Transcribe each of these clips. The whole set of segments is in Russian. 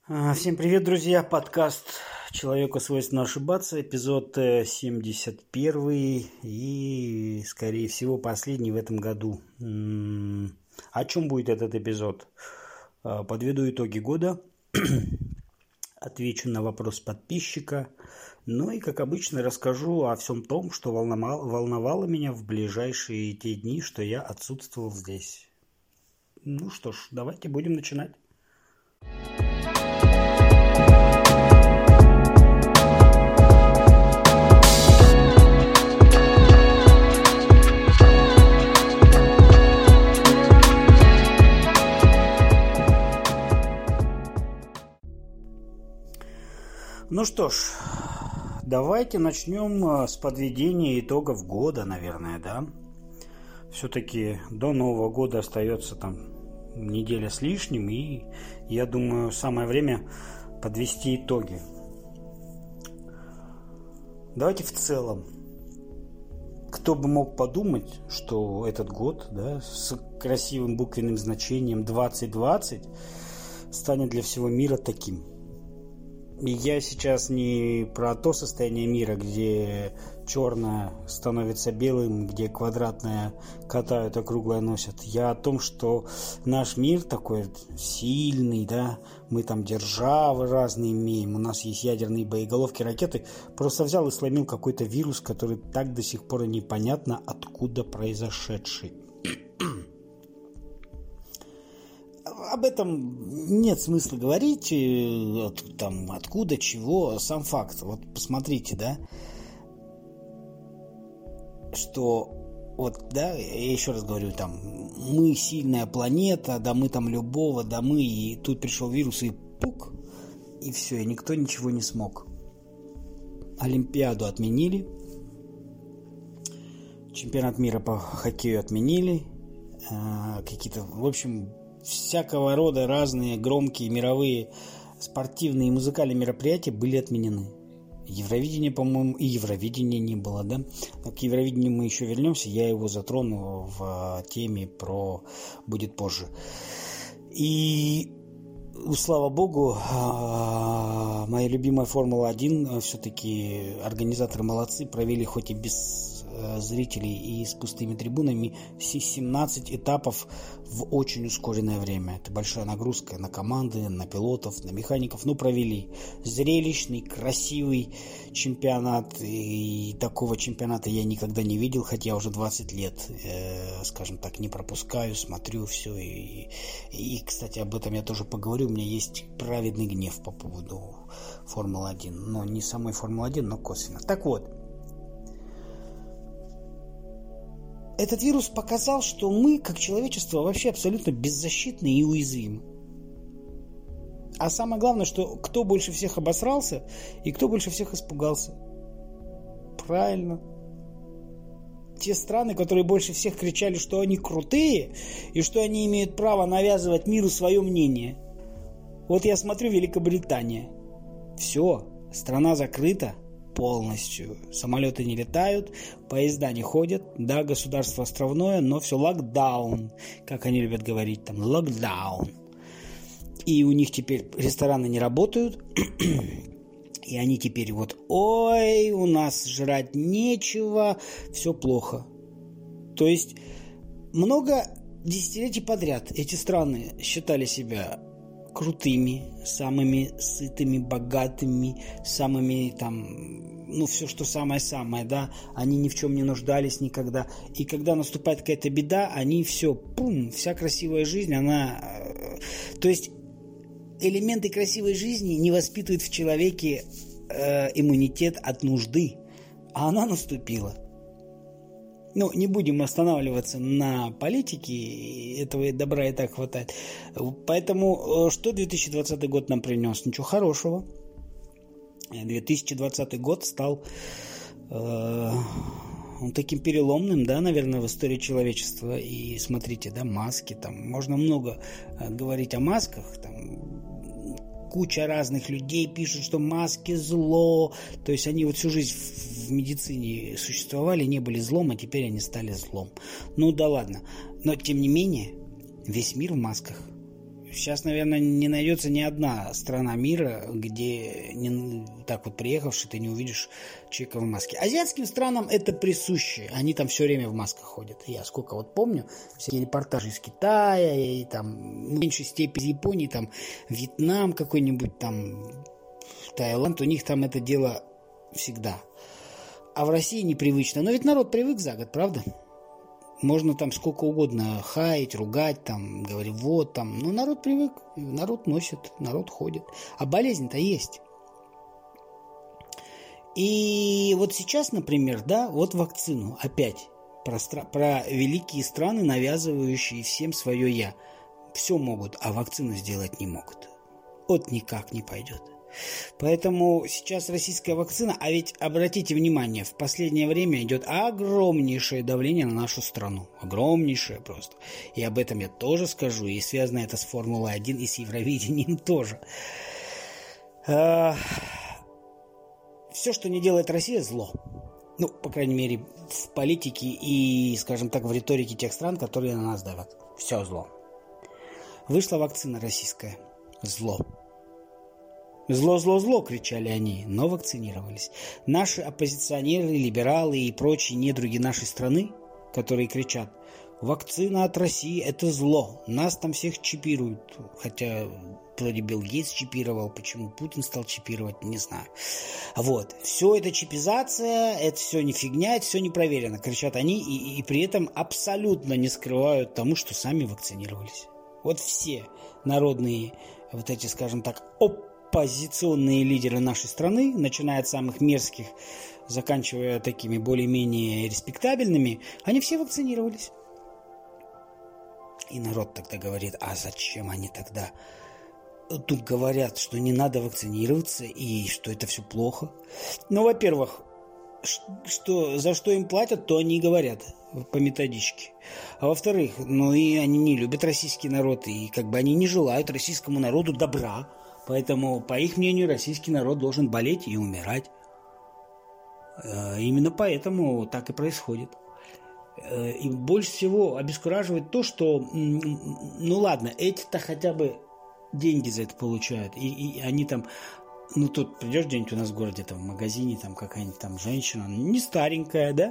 Всем привет, друзья! Подкаст «Человеку свойственно ошибаться», эпизод 71 и, скорее всего, последний в этом году. О чем будет этот эпизод? Подведу итоги года, отвечу на вопрос подписчика, ну и, как обычно, расскажу о всем том, что волновало меня в ближайшие те дни, что я отсутствовал здесь. Ну что ж, давайте будем начинать. Ну что ж, давайте начнем с подведения итогов года, наверное, да? Все-таки до Нового года остается там неделя с лишним, и я думаю, самое время подвести итоги. Давайте в целом. Кто бы мог подумать, что этот год, да, с красивым буквенным значением 2020 станет для всего мира таким. И я сейчас не про то состояние мира, где черное становится белым, где квадратное катают, а круглое носят. Я о том, что наш мир такой сильный, да, мы там державы разные имеем, у нас есть ядерные боеголовки, ракеты. Просто взял и сломил какой-то вирус, который так до сих пор и непонятно откуда произошедший. Об этом нет смысла говорить, там, откуда, чего, сам факт. Вот посмотрите, да, что, вот, да, я еще раз говорю, там, мы сильная планета, да мы там любого, да мы, и тут пришел вирус, и пук, и все, и никто ничего не смог. Олимпиаду отменили, чемпионат мира по хоккею отменили, какие-то, в общем, всякого рода разные громкие мировые спортивные и музыкальные мероприятия были отменены. Евровидение, по-моему, и Евровидения не было, да? Но к Евровидению мы еще вернемся, я его затрону в теме про «Будет позже». И, слава богу, моя любимая Формула-1, все-таки организаторы молодцы, провели хоть и без зрителей и с пустыми трибунами все 17 этапов в очень ускоренное время. Это большая нагрузка на команды, на пилотов, на механиков. Но провели зрелищный, красивый чемпионат. И такого чемпионата я никогда не видел, хотя уже 20 лет, скажем так, не пропускаю, смотрю все. И, кстати, об этом я тоже поговорю. У меня есть праведный гнев по поводу Формулы-1. Но не самой Формулы-1, но косвенно. Так вот, этот вирус показал, что мы, как человечество, вообще абсолютно беззащитны и уязвимы. А самое главное, что кто больше всех обосрался и кто больше всех испугался. Правильно. Те страны, которые больше всех кричали, что они крутые и что они имеют право навязывать миру свое мнение. Вот я смотрю, Великобритания. Все, страна закрыта полностью. Самолеты не летают, поезда не ходят. Да, государство островное, но все локдаун, как они любят говорить, там локдаун. И у них теперь рестораны не работают. И они теперь вот, ой, у нас жрать нечего, все плохо. То есть много десятилетий подряд эти страны считали себя крутыми, самыми сытыми, богатыми, самыми там, ну, все, что самое-самое, да, они ни в чем не нуждались никогда. И когда наступает какая-то беда, они все, пум, вся красивая жизнь, она... То есть элементы красивой жизни не воспитывают в человеке иммунитет от нужды, а она наступила. Ну, не будем останавливаться на политике, этого добра и так хватает. Поэтому, что 2020 год нам принес? Ничего хорошего. 2020 год стал таким переломным, да, наверное, в истории человечества. И смотрите, да, маски, там, можно много говорить о масках, там, куча разных людей пишут, что маски зло. То есть они вот всю жизнь в медицине существовали, не были злом, а теперь они стали злом. Ну да ладно. Но тем не менее, весь мир в масках. сейчас, наверное, не найдется ни одна страна мира, где так вот приехавши, ты не увидишь человека в маске. Азиатским странам это присуще. Они там все время в масках ходят. Я сколько вот помню, все репортажи из Китая, и там в меньшей степени из Японии, там Вьетнам какой-нибудь, там Таиланд, у них там это дело всегда. А в России непривычно. Но ведь народ привык за год, правда? Можно там сколько угодно хаять, ругать, там, говорить, вот там. Но народ привык, народ носит, народ ходит. А болезнь-то есть. И вот сейчас, например, да, вот вакцину опять про великие страны, навязывающие всем свое «я». Все могут, а вакцину сделать не могут. Вот никак не пойдет. Поэтому сейчас российская вакцина, а ведь обратите внимание, в последнее время идет огромнейшее давление на нашу страну. Огромнейшее просто. И об этом я тоже скажу. И связано это с Формулой-1 и с Евровидением тоже. Все, что не делает Россия, зло. Ну, по крайней мере, в политике и, скажем так, в риторике тех стран, которые на нас давят. Все зло. Вышла вакцина российская. Зло. «Зло, зло, зло!» – кричали они, но вакцинировались. Наши оппозиционеры, либералы и прочие недруги нашей страны, которые кричат: «Вакцина от России – это зло, нас там всех чипируют». Хотя вроде Билл Гейтс чипировал, почему Путин стал чипировать, не знаю. Вот, все это чипизация, это все не фигня, это все не проверено, кричат они, и при этом абсолютно не скрывают тому, что сами вакцинировались. Вот все народные, вот эти, скажем так, оппозиционные лидеры нашей страны, начиная от самых мерзких, заканчивая такими более-менее респектабельными, они все вакцинировались. И народ тогда говорит: а зачем они тогда тут говорят, что не надо вакцинироваться и что это все плохо? Ну, во-первых, за что им платят, то они и говорят по методичке. А во-вторых, ну и они не любят российский народ, и как бы они не желают российскому народу добра. Поэтому, по их мнению, российский народ должен болеть и умирать. Именно поэтому так и происходит. И больше всего обескураживает то, что, ну ладно, эти-то хотя бы деньги за это получают. И они там, ну тут придешь где-нибудь у нас в городе, там в магазине, там какая-нибудь там женщина, не старенькая, да?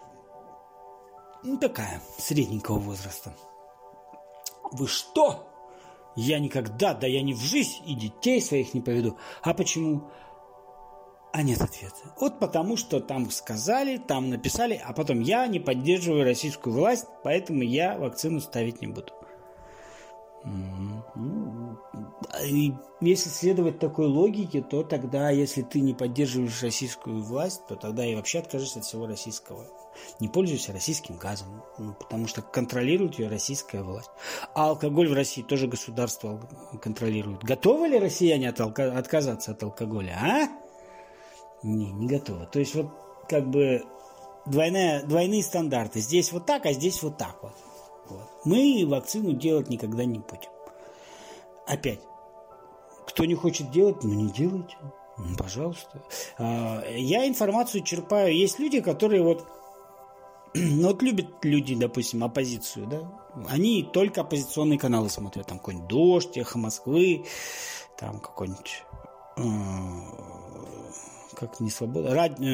Ну такая, средненького возраста. Вы что? Я никогда, да я ни в жизнь и детей своих не поведу. А почему? А нет ответа. Вот потому, что там сказали, там написали, а потом я не поддерживаю российскую власть, поэтому я вакцину ставить не буду. И если следовать такой логике, то тогда, если ты не поддерживаешь российскую власть, то тогда и вообще откажешься от всего российского. Не пользуйся российским газом, потому что контролирует ее российская власть. А алкоголь в России тоже государство контролирует. Готовы ли россияне отказаться от алкоголя, а? Не готовы. То есть вот как бы двойные стандарты. Здесь вот так, а здесь вот так вот. Мы вакцину делать никогда не будем. Опять. Кто не хочет делать, ну не делайте. Ну, пожалуйста. Я информацию черпаю. Есть люди, которые вот любят люди, допустим, оппозицию, да? Они только оппозиционные каналы смотрят. Там какой-нибудь «Дождь», «Эхо Москвы», там какой-нибудь как не «Свобода»,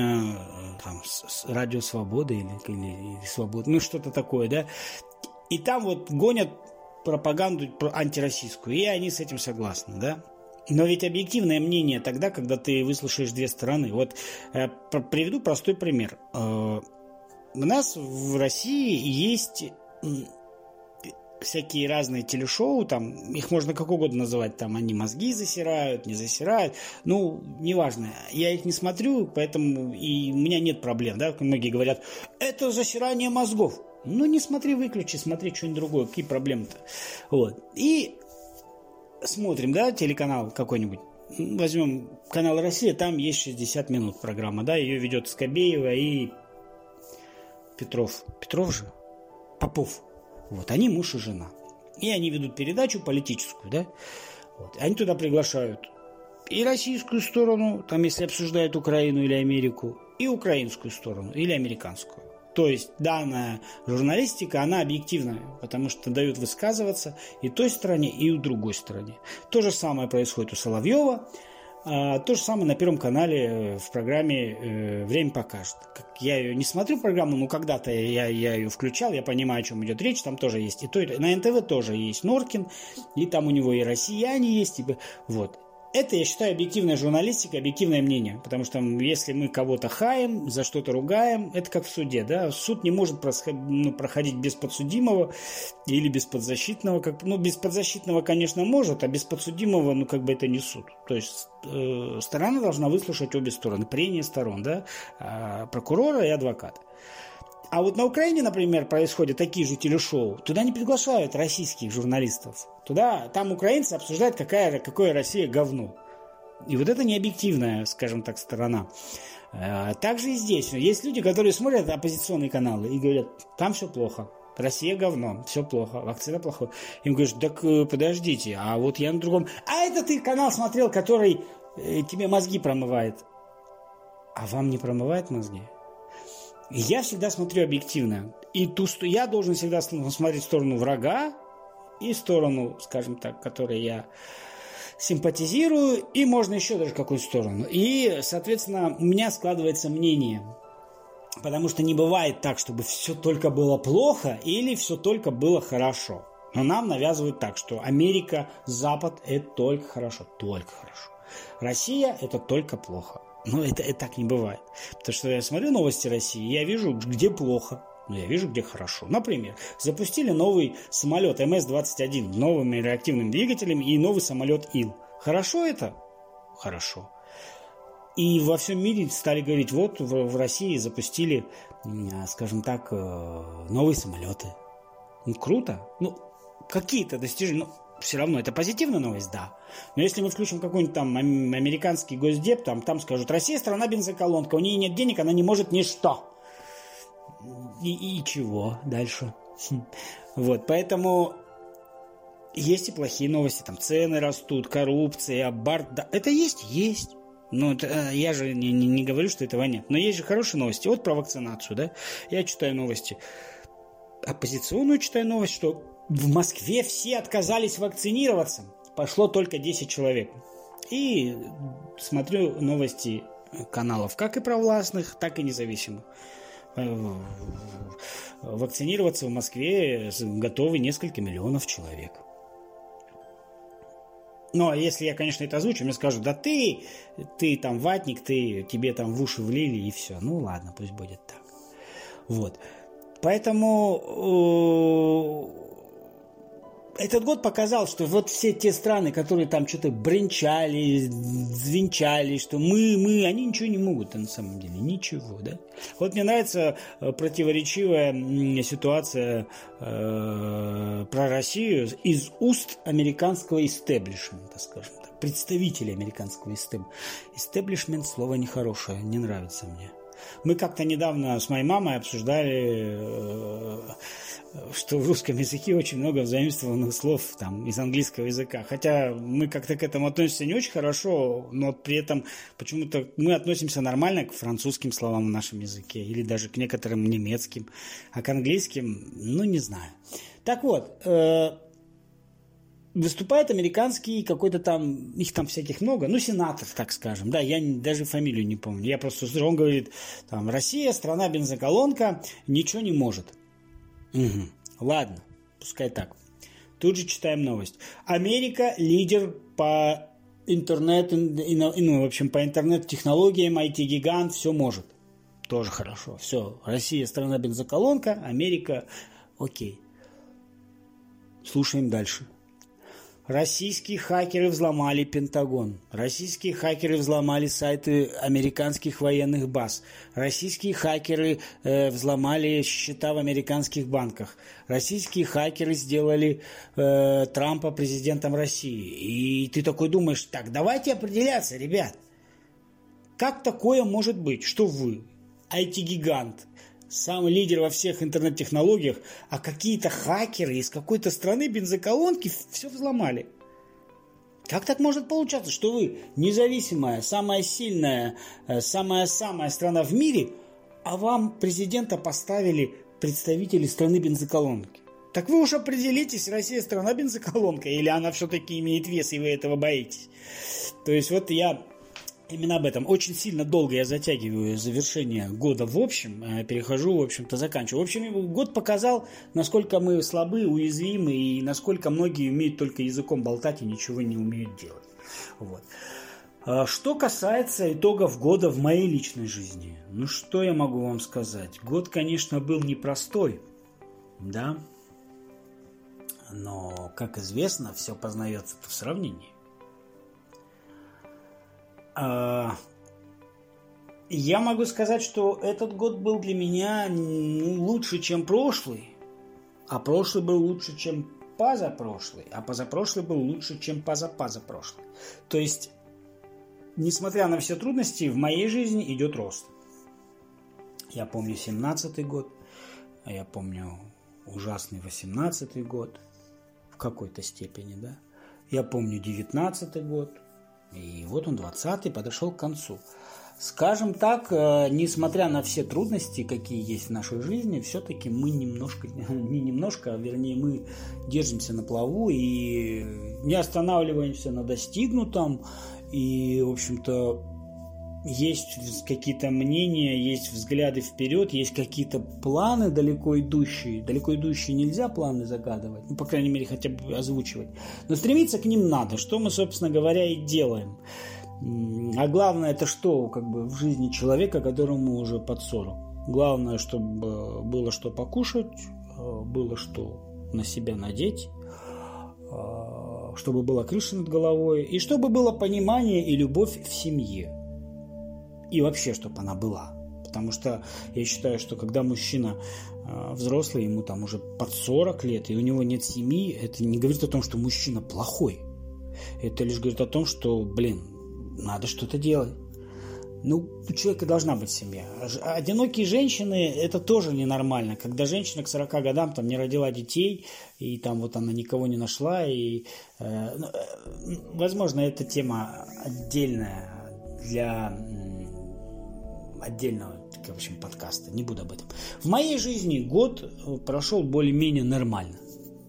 радио «Свобода» или «Свобода», ну что-то такое, да? И там вот гонят пропаганду антироссийскую, и они с этим согласны, да? Но ведь объективное мнение тогда, когда ты выслушаешь две стороны. Вот приведу простой пример. У нас в России есть всякие разные телешоу, там их можно как угодно называть, там они мозги засирают, не засирают, ну, неважно, я их не смотрю, поэтому и у меня нет проблем, да, многие говорят, это засирание мозгов. Ну, не смотри, выключи, смотри что-нибудь другое, какие проблемы-то. Вот. И смотрим, да, телеканал какой-нибудь. Возьмем канал «Россия», там есть 60 минут программа, да, ее ведет Скобеева и Петров. Петров же? Попов. Вот, они муж и жена. И они ведут передачу политическую, да. Вот. Они туда приглашают и российскую сторону, там, если обсуждают Украину или Америку, и украинскую сторону, или американскую. То есть данная журналистика, она объективная, потому что дают высказываться и той стороне, и у другой стороне. То же самое происходит у Соловьева. То же самое на Первом канале в программе «Время покажет». Я ее не смотрю программу, но когда-то я ее включал, я понимаю, о чем идет речь, там тоже есть. И то, и на НТВ тоже есть Норкин, и там у него и россияне есть. Вот. Это, я считаю, объективная журналистика, объективное мнение. Потому что если мы кого-то хаем, за что-то ругаем, это как в суде. Да? Суд не может проходить без подсудимого или без подзащитного. Без подзащитного, конечно, может, а без подсудимого, это не суд. То есть сторона должна выслушать обе стороны, прения сторон, да? Прокурора и адвоката. А вот на Украине, например, происходят такие же телешоу. Туда не приглашают российских журналистов. Там украинцы обсуждают, какое Россия говно. И вот это не объективная, скажем так, сторона. Также и здесь. Есть люди, которые смотрят оппозиционные каналы и говорят, там все плохо. Россия говно, все плохо, вакцина плохая. Им говорят, так подождите, а вот я на другом... А это ты канал смотрел, который тебе мозги промывает. А вам не промывает мозги? Я всегда смотрю объективно. И я должен всегда смотреть в сторону врага и в сторону, скажем так, которой я симпатизирую, и можно еще даже какую сторону. И, соответственно, у меня складывается мнение. Потому что не бывает так, чтобы все только было плохо или все только было хорошо. Но нам навязывают так, что Америка, Запад – это только хорошо. Только хорошо. Россия – это только плохо. Но это так не бывает. Потому что я смотрю новости России, я вижу, где плохо, но я вижу, где хорошо. Например, запустили новый самолет МС-21, новыми реактивными двигателями и новый самолет Ил. Хорошо это? Хорошо. И во всем мире стали говорить, вот в России запустили, скажем так, новые самолеты. Круто. Какие-то достижения... Все равно это позитивная новость, да. Но если мы включим какой-нибудь там американский госдеп, там скажут, Россия страна бензоколонка, у нее нет денег, она не может ничто. И чего дальше? Вот, поэтому есть и плохие новости, там цены растут, коррупция, аборт, да, это есть. Но я же не говорю, что этого нет. Но есть же хорошие новости. Вот про вакцинацию, да. Я читаю новости. Оппозиционную читаю новость, что в Москве все отказались вакцинироваться. Пошло только 10 человек. И смотрю новости каналов, как и провластных, так и независимых. Вакцинироваться в Москве готовы несколько миллионов человек. Ну, а если я, конечно, это озвучу, мне скажут, да ты там ватник, тебе там в уши влили и все. Ну, ладно, пусть будет так. Вот. Поэтому этот год показал, что вот все те страны, которые там что-то бренчали, звенчали, что мы, они ничего не могут на самом деле, ничего, да. Вот мне нравится противоречивая ситуация про Россию из уст американского истеблишмента, скажем так, представителей американского истеблишмента. Истеблишмент слово нехорошее, не нравится мне. Мы как-то недавно с моей мамой обсуждали, что в русском языке очень много взаимствованных слов там, из английского языка. Хотя мы как-то к этому относимся не очень хорошо, но при этом почему-то мы относимся нормально к французским словам в нашем языке или даже к некоторым немецким, а к английским, не знаю. Так вот, выступает американский какой-то там, их там всяких много, сенатор, так скажем, да, я даже фамилию не помню, я просто, он говорит, там, Россия, страна бензоколонка, ничего не может. Угу. Ладно, пускай так. Тут же читаем новость. Америка лидер по интернету, в общем, по интернет-технологиям, IT-гигант, все может. Тоже хорошо, все, Россия, страна бензоколонка, Америка, окей. Слушаем дальше. Российские хакеры взломали Пентагон. Российские хакеры взломали сайты американских военных баз. Российские хакеры взломали счета в американских банках. Российские хакеры сделали Трампа президентом России. И ты такой думаешь, так, давайте определяться, ребят. Как такое может быть, что вы, IT-гигант, самый лидер во всех интернет-технологиях, а какие-то хакеры из какой-то страны бензоколонки все взломали? Как так может получаться, что вы независимая, самая сильная, самая страна в мире, а вам президента поставили представители страны бензоколонки. Так вы уж определитесь, Россия страна бензоколонка, или она все-таки имеет вес, и вы этого боитесь. То есть вот я именно об этом. Очень сильно долго я затягиваю завершение года в общем, перехожу, в общем-то, заканчиваю. В общем, год показал, насколько мы слабы, уязвимы, и насколько многие умеют только языком болтать и ничего не умеют делать. Вот. Что касается итогов года в моей личной жизни, ну что я могу вам сказать? Год, конечно, был непростой, да, но, как известно, все познается в сравнении. Я могу сказать, что этот год был для меня лучше, чем прошлый, а прошлый был лучше, чем позапрошлый, а позапрошлый был лучше, чем позапозапрошлый. То есть, несмотря на все трудности, в моей жизни идет рост. Я помню 17-й год, я помню ужасный 18-й год, в какой-то степени, да. Я помню 19-й год. И вот он, 20-й, подошел к концу. Скажем так, несмотря на все трудности, какие есть в нашей жизни, все-таки мы вернее, мы держимся на плаву и не останавливаемся на достигнутом. И, в общем-то, есть какие-то мнения, есть взгляды вперед, есть какие-то планы далеко идущие. Далеко идущие нельзя планы загадывать, ну, по крайней мере, хотя бы озвучивать. Но стремиться к ним надо, что мы, собственно говоря, и делаем. А главное, это что, как бы, в жизни человека, которому уже под 40. Главное, чтобы было что покушать, было что на себя надеть, чтобы была крыша над головой, и чтобы было понимание и любовь в семье. И вообще, чтобы она была. Потому что я считаю, что когда мужчина взрослый, ему там уже под 40 лет, и у него нет семьи, это не говорит о том, что мужчина плохой. Это лишь говорит о том, что, надо что-то делать. Ну, у человека должна быть семья. Одинокие женщины, это тоже ненормально. Когда женщина к 40 годам там не родила детей, и там вот она никого не нашла, и, возможно, эта тема отдельная для отдельного, в общем, подкаста. Не буду об этом. В моей жизни год прошел более-менее нормально.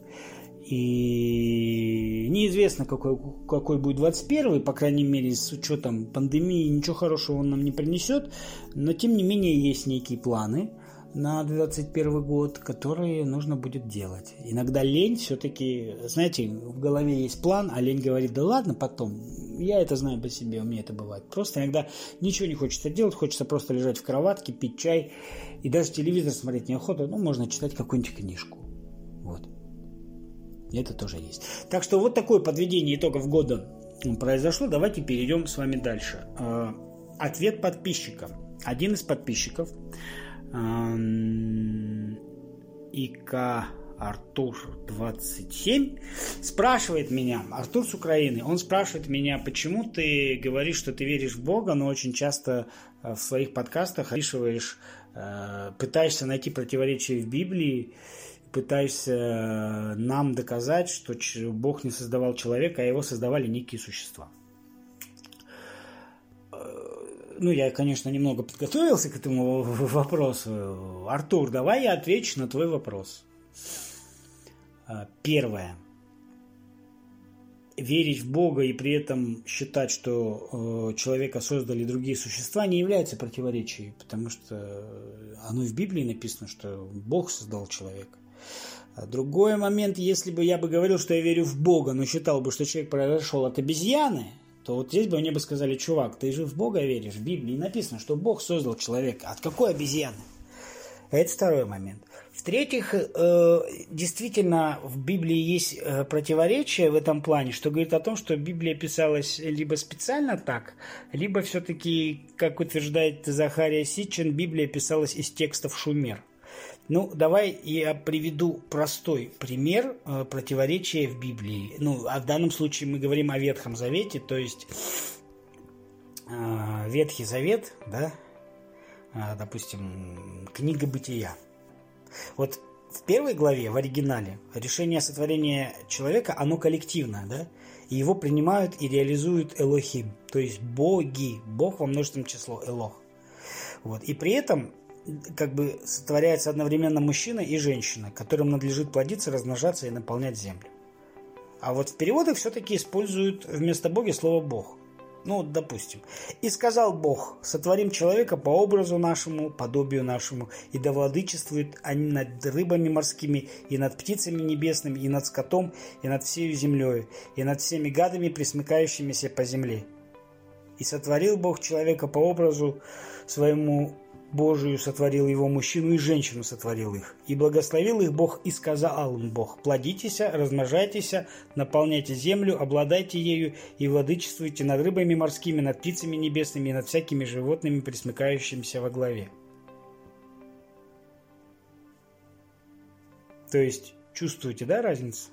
И неизвестно, какой будет 21-й, по крайней мере, с учетом пандемии, ничего хорошего он нам не принесет. Но, тем не менее, есть некие планы на 2021 год, которые нужно будет делать. Иногда лень все-таки, знаете, в голове есть план, а лень говорит, да ладно, потом. Я это знаю по себе, у меня это бывает. Просто иногда ничего не хочется делать, хочется просто лежать в кроватке, пить чай, и даже телевизор смотреть неохота, можно читать какую-нибудь книжку. Вот. Это тоже есть. Так что вот такое подведение итогов года произошло. Давайте перейдем с вами дальше. Ответ подписчика. Один из подписчиков, ИК Артур 27, спрашивает меня, Артур с Украины, он спрашивает меня, почему ты говоришь, что ты веришь в Бога, но очень часто в своих подкастах описываешь, пытаешься найти противоречия в Библии, пытаешься нам доказать, что Бог не создавал человека, а его создавали некие существа. Я, конечно, немного подготовился к этому вопросу. Артур, давай я отвечу на твой вопрос. Первое. Верить в Бога и при этом считать, что человека создали другие существа, не является противоречием, потому что оно в Библии написано, что Бог создал человека. Другой момент, если бы я говорил, что я верю в Бога, но считал бы, что человек произошел от обезьяны, то вот здесь бы мне бы сказали, чувак, ты же в Бога веришь, в Библии написано, что Бог создал человека. От какой обезьяны? Это второй момент. В-третьих, действительно, в Библии есть противоречие в этом плане, что говорит о том, что Библия писалась либо специально так, либо все-таки, как утверждает Захария Ситчин, Библия писалась из текстов шумер. Давай я приведу простой пример противоречия в Библии. А в данном случае мы говорим о Ветхом Завете, то есть Ветхий Завет, да, допустим, книга Бытия. Вот в первой главе, в оригинале, решение сотворения человека, оно коллективное, да, и его принимают и реализуют Элохим, то есть боги, Бог во множественном числе, Элох. Вот. И при этом как бы сотворяется одновременно мужчина и женщина, которым надлежит плодиться, размножаться и наполнять землю. А вот в переводах все-таки используют вместо Бога слово «Бог». Ну, допустим. «И сказал Бог, сотворим человека по образу нашему, подобию нашему, и да владычествуют они над рыбами морскими, и над птицами небесными, и над скотом, и над всею землею, и над всеми гадами, пресмыкающимися по земле. И сотворил Бог человека по образу своему Божию, сотворил его мужчину и женщину сотворил их. И благословил их Бог, и сказал им Бог: плодитесь, размножайтесь, наполняйте землю, обладайте ею, и владычествуйте над рыбами морскими, над птицами небесными, и над всякими животными, пресмыкающимися во главе». То есть, чувствуете, да, разницу?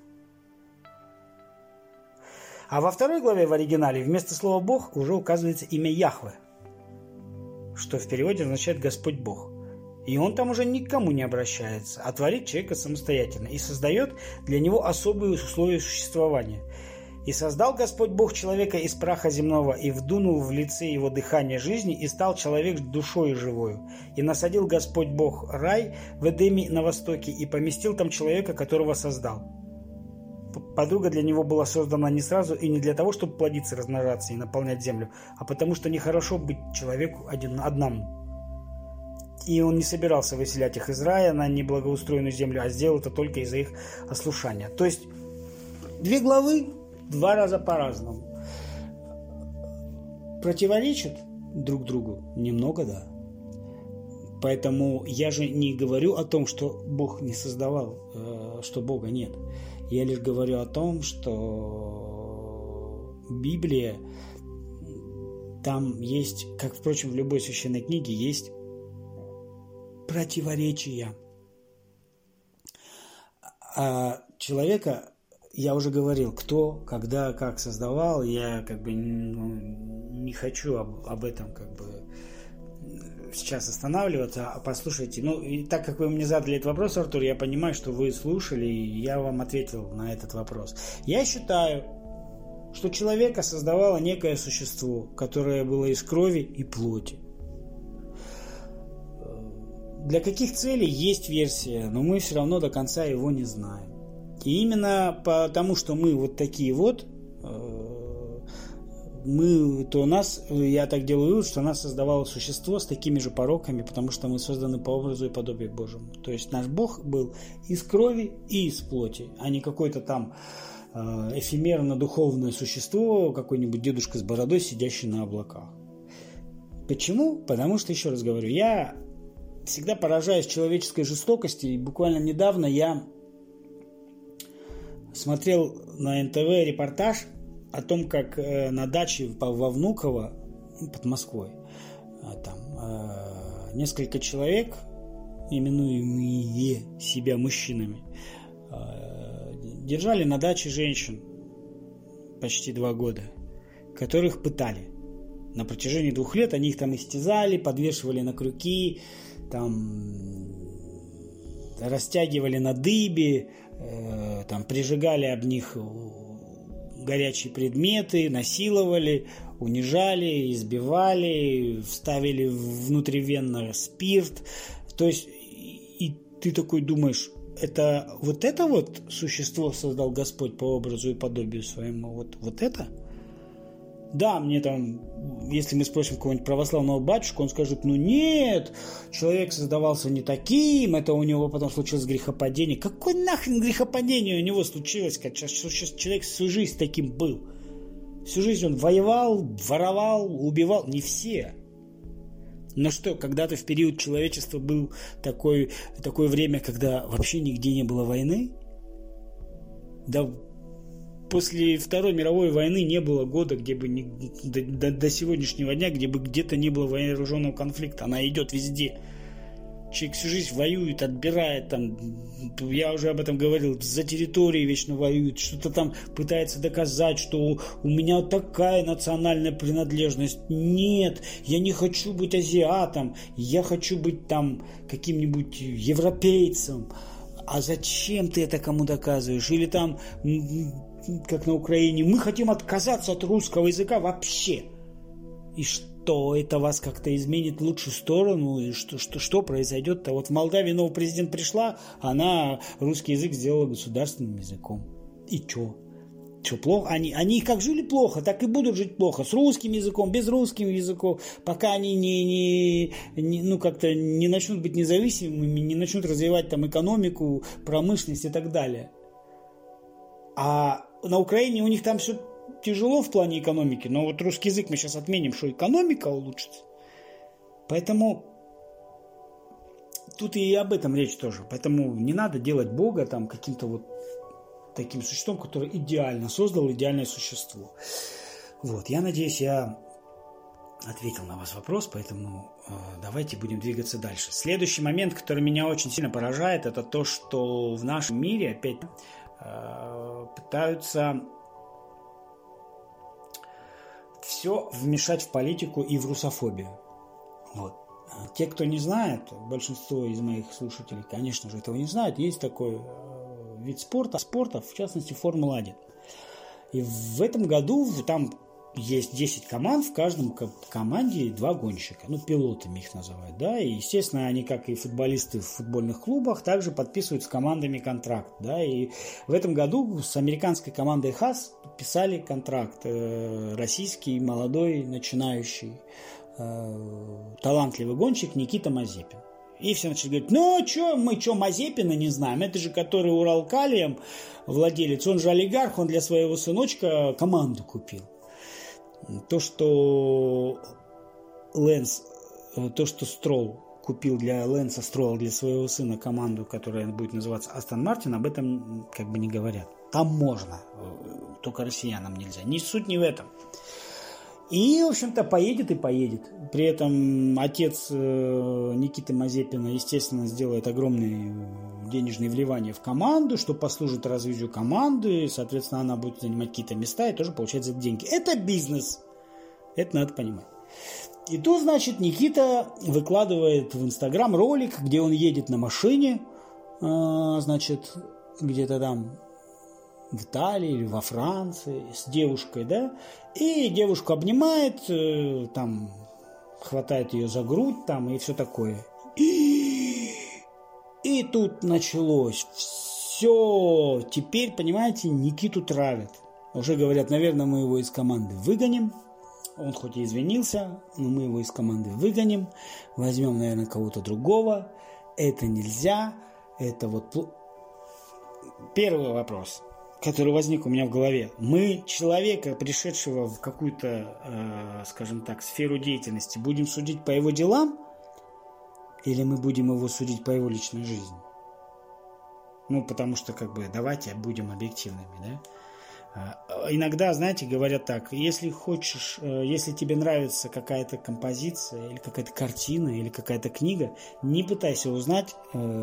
А во второй главе в оригинале вместо слова «Бог» уже указывается имя Яхве, что в переводе означает «Господь Бог». И он там уже никому не обращается, а творит человека самостоятельно и создает для него особые условия существования. «И создал Господь Бог человека из праха земного, и вдунул в лице его дыхание жизни, и стал человек душою живою. И насадил Господь Бог рай в Эдеме на востоке, и поместил там человека, которого создал». Подруга для него была создана не сразу и не для того, чтобы плодиться, размножаться и наполнять землю, а потому что нехорошо быть человеку одному. И он не собирался выселять их из рая на неблагоустроенную землю, а сделал это только из-за их ослушания. То есть 2 главы 2 раза по-разному. Противоречат друг другу? Немного, да. Поэтому я же не говорю о том, что Бог не создавал, что Бога нет. Я лишь говорю о том, что Библия, там есть, как, впрочем, в любой священной книге, есть противоречия. А человека, я уже говорил, кто, когда, как создавал, я как бы не хочу об этом как бы сейчас останавливаться, а послушайте. Ну, и так как вы мне задали этот вопрос, Артур, я понимаю, что вы слушали, и я вам ответил на этот вопрос. Я считаю, что человека создавало некое существо, которое было из крови и плоти. Для каких целей есть версия, но мы все равно до конца его не знаем. И именно потому, что мы вот такие вот, я так делаю вывод, что нас создавало существо с такими же пороками, потому что мы созданы по образу и подобию Божьему. То есть наш Бог был из крови и из плоти, а не какое-то там эфемерно-духовное существо, какой-нибудь дедушка с бородой, сидящий на облаках. Почему? Потому что, еще раз говорю, я всегда поражаюсь человеческой жестокости, и буквально недавно я смотрел на НТВ репортаж о том, как на даче во Внуково, под Москвой, там несколько человек, именуемые себя мужчинами, держали на даче женщин почти 2 года, которых пытали. На протяжении 2 лет они их там истязали, подвешивали на крюки, там растягивали на дыбе, там прижигали об них горячие предметы, насиловали, унижали, избивали, вставили внутривенно спирт. То есть, и ты такой думаешь, это вот существо создал Господь по образу и подобию своему, вот это? Да, мне там, если мы спросим какого-нибудь православного батюшку, он скажет, ну нет, человек создавался не таким, это у него потом случилось грехопадение. Какое нахрен грехопадение у него случилось, как человек всю жизнь таким был? Всю жизнь он воевал, воровал, убивал, не все. Но что, когда-то в период человечества был такое время, когда вообще нигде не было войны? Да. После Второй мировой войны не было года, где бы до сегодняшнего дня, где бы где-то не было вооруженного конфликта. Она идет везде. Человек всю жизнь воюет, отбирает, там, я уже об этом говорил, за территории вечно воюет, что-то там пытается доказать, что у меня такая национальная принадлежность. Нет, я не хочу быть азиатом, я хочу быть там каким-нибудь европейцем. А зачем ты это кому доказываешь? Или там, как на Украине, мы хотим отказаться от русского языка вообще. И что это вас как-то изменит в лучшую сторону, и что произойдет-то. Вот в Молдавии новый президент пришла, она русский язык сделала государственным языком. И чё? Что, плохо? Они как жили плохо, так и будут жить плохо. С русским языком, без русского языка, пока они как-то не начнут быть независимыми, не начнут развивать там экономику, промышленность и так далее. А на Украине у них там все тяжело в плане экономики, но вот русский язык мы сейчас отменим, что экономика улучшится. Поэтому тут и об этом речь тоже. Поэтому не надо делать Бога там каким-то вот таким существом, которое идеально создало идеальное существо. Вот, я надеюсь, я ответил на ваш вопрос, поэтому давайте будем двигаться дальше. Следующий момент, который меня очень сильно поражает, это то, что в нашем мире опять пытаются все вмешать в политику и в русофобию. Вот. Те, кто не знает, большинство из моих слушателей, конечно же, этого не знают, есть такой вид спорта, в частности, Формула-1. И в этом году там есть 10 команд, в каждом команде 2 гонщика, пилотами их называют, да, и, естественно, они, как и футболисты в футбольных клубах, также подписывают с командами контракт, да, и в этом году с американской командой Хас подписали контракт российский, молодой, начинающий, талантливый гонщик Никита Мазепин. И все начали говорить, мы Мазепина не знаем, это же который Уралкалием владелец, он же олигарх, он для своего сыночка команду купил. То, что Стролл купил для Лэнса Строла, для своего сына команду, которая будет называться Астон Мартин, об этом как бы не говорят. Там можно, только россиянам нельзя. Суть не в этом. И, в общем-то, поедет и поедет. При этом отец Никиты Мазепина, естественно, сделает огромные денежные вливания в команду, что послужит развитию команды. Соответственно, она будет занимать какие-то места и тоже получать за это деньги. Это бизнес. Это надо понимать. И тут, значит, Никита выкладывает в Инстаграм ролик, где он едет на машине, значит, где-то там в Италии или во Франции с девушкой, да, и девушку обнимает, там, хватает ее за грудь, там, и все такое. И тут началось все. Теперь, понимаете, Никиту травят. Уже говорят, наверное, мы его из команды выгоним. Он хоть и извинился, но мы его из команды выгоним. Возьмем, наверное, кого-то другого. Это нельзя. Это вот... Первый вопрос, который возник у меня в голове. Мы человека, пришедшего в какую-то, скажем так, сферу деятельности, будем судить по его делам? Или мы будем его судить по его личной жизни? Потому что, давайте будем объективными, да? Иногда, знаете, говорят так, если хочешь, если тебе нравится какая-то композиция, или какая-то картина, или какая-то книга, не пытайся узнать,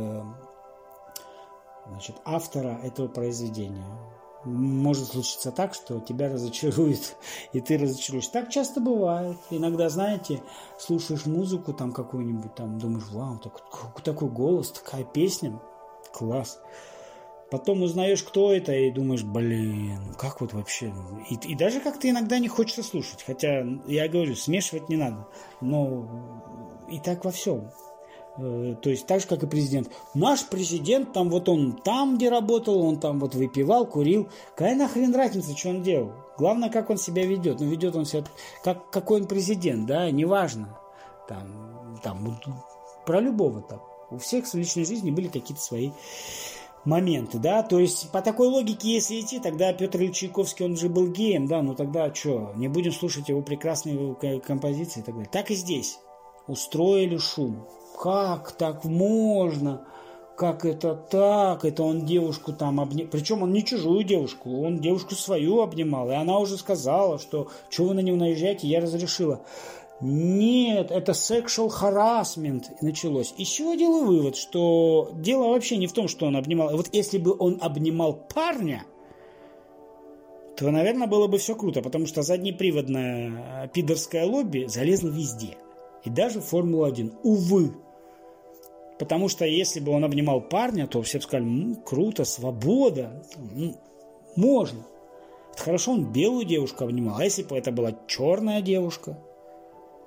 автора этого произведения. Может случиться так, что тебя разочарует, и ты разочаруешься. Так часто бывает. Иногда, знаете, слушаешь музыку там какую-нибудь, там думаешь, вау, такой голос, такая песня, класс. Потом узнаешь, кто это, и думаешь, как вот вообще... И даже как-то иногда не хочется слушать. Хотя, я говорю, смешивать не надо. Но и так во всем. То есть так же, как и президент. Наш президент, там вот он там, где работал, он там вот выпивал, курил. Какая нахрен разница, что он делал? Главное, как он себя ведет. Ведет он себя, какой он президент, да, неважно. Там про любого так. У всех в личной жизни были какие-то свои моменты, да, то есть по такой логике, если идти, тогда Петр Ильич Чайковский, он же был геем, да, тогда что, не будем слушать его прекрасные композиции и так далее. Так и здесь. Устроили шум. Как так можно? Как это так? Это он девушку там обнимал. Причем он не чужую девушку, он девушку свою обнимал. И она уже сказала, что вы на него наезжаете, я разрешила. Нет, это sexual harassment началось. Из чего делаю вывод, что дело вообще не в том, что он обнимал. Вот если бы он обнимал парня, то, наверное, было бы все круто, потому что заднеприводное пидорское лобби залезло везде. И даже в Формулу-1. Увы. Потому что если бы он обнимал парня, то все бы сказали, круто, свобода, можно. Это хорошо, он белую девушку обнимал. А если бы это была черная девушка?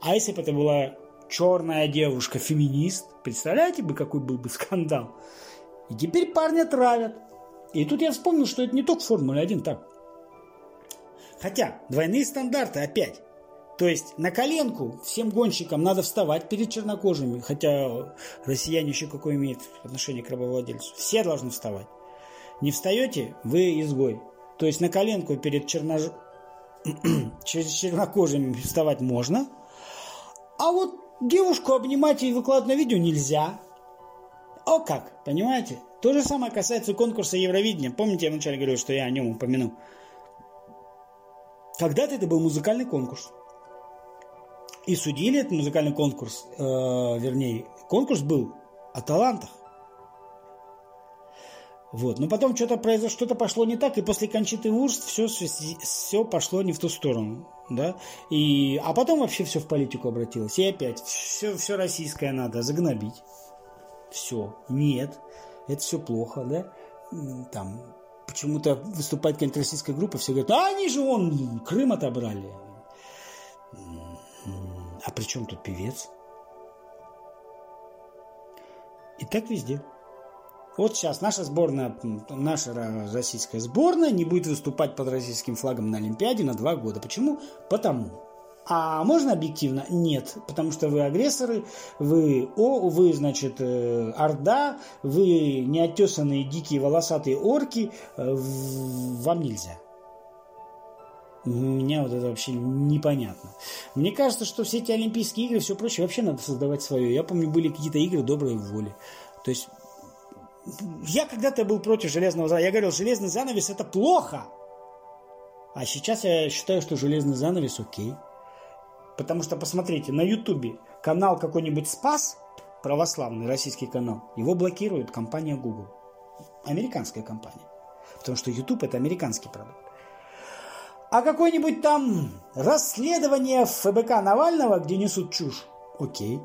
А если бы это была черная девушка, феминист, представляете бы, какой был бы скандал? И теперь парня травят. И тут я вспомнил, что это не только Формула-1 так. Хотя, двойные стандарты опять. То есть на коленку всем гонщикам надо вставать перед чернокожими. Хотя россияне еще какое имеют отношение к рабовладельцу. Все должны вставать. Не встаете, вы изгой. То есть на коленку перед чернокожими вставать можно. А вот девушку обнимать и выкладывать на видео нельзя. О как, понимаете? То же самое касается конкурса Евровидения. Помните, я вначале говорил, что я о нем упомяну. Когда-то это был музыкальный конкурс. И судили этот музыкальный конкурс, конкурс был о талантах. Вот. Но потом что-то пошло не так, и после Кончиты Вурст все пошло не в ту сторону. Да? А потом вообще все в политику обратилось. И опять все российское надо загнобить. Все. Нет. Это все плохо. Да? Там почему-то выступает какая-нибудь российская группа, все говорят, они же Крым отобрали. А при чем тут певец? И так везде. Вот сейчас наша российская сборная не будет выступать под российским флагом на Олимпиаде на 2 года. Почему? Потому. А можно объективно? Нет. Потому что вы агрессоры, вы значит, орда, вы неотесанные, дикие, волосатые орки. Вам нельзя. Меня вот это вообще непонятно. Мне кажется, что все эти Олимпийские игры и все прочее вообще надо создавать свое. Я помню, были какие-то игры доброй воли. То есть я когда-то был против железного занавеса. Я говорил, железный занавес это плохо. А сейчас я считаю, что железный занавес окей. Потому что, посмотрите, на Ютубе канал какой-нибудь Спас, православный российский канал, его блокирует компания Google. Американская компания. Потому что YouTube это американский продукт. А какое-нибудь там расследование ФБК Навального, где несут чушь, окей.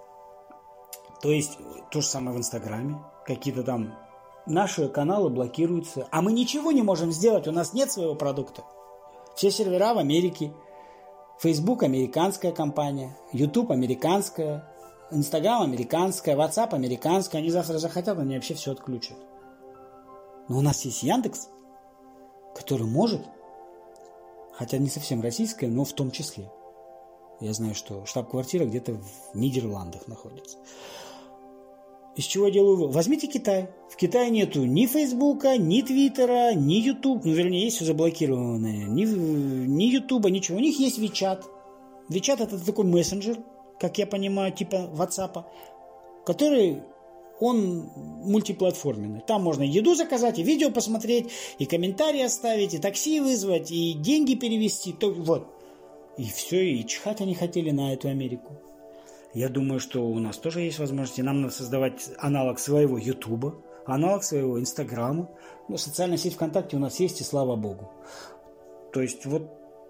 То есть то же самое в Инстаграме. Какие-то там наши каналы блокируются. А мы ничего не можем сделать, у нас нет своего продукта. Все сервера в Америке. Facebook американская компания, YouTube американская, Instagram американская, WhatsApp американская. Они завтра захотят, они вообще все отключат. Но у нас есть Яндекс, который может, хотя не совсем российская, но в том числе. Я знаю, что штаб-квартира где-то в Нидерландах находится. Из чего я делаю вывод? Возьмите Китай. В Китае нету ни Фейсбука, ни Твиттера, ни Ютуб. Ну, вернее, есть все заблокированное. Ни Ютуба, ничего. У них есть WeChat. WeChat это такой мессенджер, как я понимаю, типа WhatsApp, который, он мультиплатформенный. Там можно еду заказать, и видео посмотреть, и комментарии оставить, и такси вызвать, и деньги перевести. Вот. И все, и чихать они хотели на эту Америку. Я думаю, что у нас тоже есть возможности. Нам надо создавать аналог своего Ютуба, аналог своего Инстаграма. Ну, социальная сеть ВКонтакте у нас есть, и слава богу. То есть вот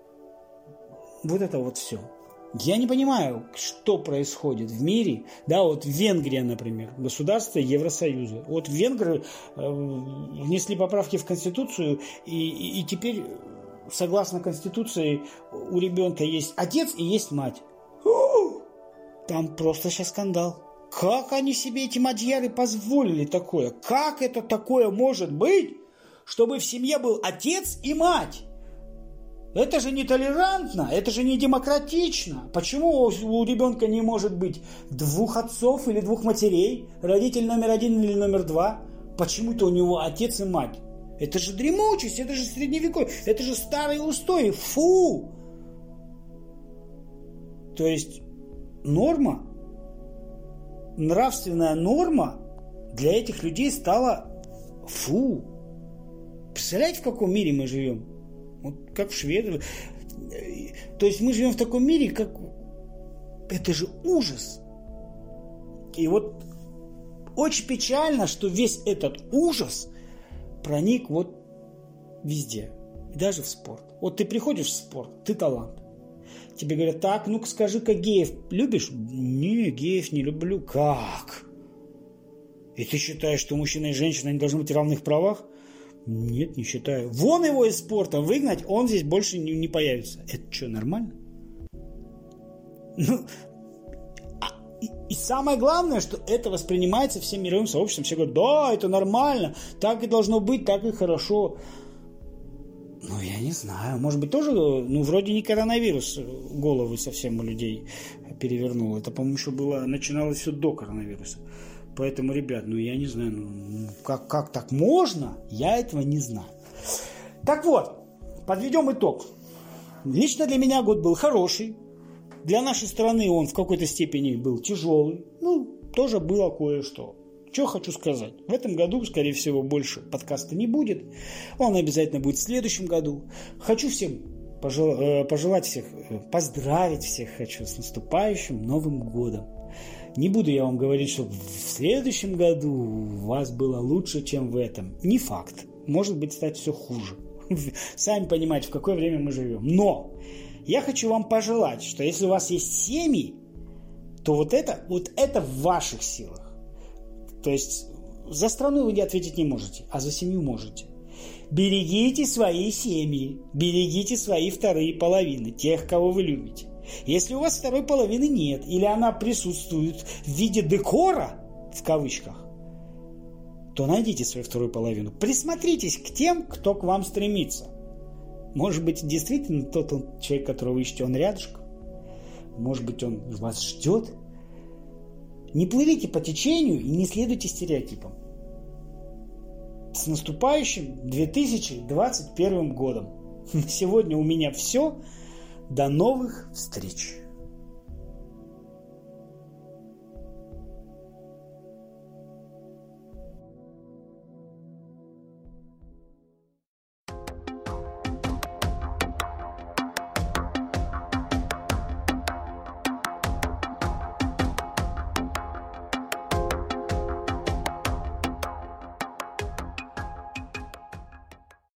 это вот все. Я не понимаю, что происходит в мире. Да, вот Венгрия, например, государство Евросоюза. Вот венгры внесли поправки в Конституцию, и теперь, согласно Конституции, у ребенка есть отец и есть мать. Там просто сейчас скандал. Как они себе, эти мадьяры, позволили такое? Как это такое может быть, чтобы в семье был отец и мать? Это же не толерантно, это же не демократично. Почему у ребенка не может быть 2 отцов или 2 матерей? Родитель номер 1 или номер 2? Почему-то у него отец и мать. Это же дремучесть, это же средневековье, это же старые устои. Фу! То есть норма, нравственная норма для этих людей стала фу. Представляете, в каком мире мы живем? Вот как в Швеции. То есть мы живем в таком мире, как... Это же ужас. И вот очень печально, что весь этот ужас проник вот везде. Даже в спорт. Вот ты приходишь в спорт, ты талант. Тебе говорят, так, ну-ка скажи-ка, геев любишь? Не, геев не люблю. Как? И ты считаешь, что мужчина и женщина не должны быть в равных правах? Нет, не считаю. Вон его из спорта выгнать, он здесь больше не появится. Это что, нормально? Ну, и самое главное, что это воспринимается всем мировым сообществом. Все говорят, да, это нормально, так и должно быть, так и хорошо. Ну, я не знаю, может быть, тоже, вроде не коронавирус головы совсем у людей перевернул. Это, по-моему, еще начиналось все до коронавируса. Поэтому, ребят, я не знаю, как так можно, я этого не знаю. Так вот, подведем итог. Лично для меня год был хороший. Для нашей страны он в какой-то степени был тяжелый. Тоже было кое-что. Что хочу сказать. В этом году, скорее всего, больше подкаста не будет. Он обязательно будет в следующем году. Хочу всем пожелать всех, поздравить всех хочу с наступающим Новым годом. Не буду я вам говорить, что в следующем году у вас было лучше, чем в этом. Не факт. Может быть, стать все хуже. Сами понимаете, в какое время мы живем. Но я хочу вам пожелать, что если у вас есть семьи, то вот это в ваших силах. То есть за страну вы ответить не можете, а за семью можете. Берегите свои семьи, берегите свои вторые половины, тех, кого вы любите. Если у вас второй половины нет, или она присутствует в виде декора, в кавычках, то найдите свою вторую половину. Присмотритесь к тем, кто к вам стремится. Может быть, действительно тот человек, которого вы ищете, он рядышком. Может быть, он вас ждет. Не плывите по течению и не следуйте стереотипам. С наступающим 2021 годом. На сегодня у меня все. До новых встреч!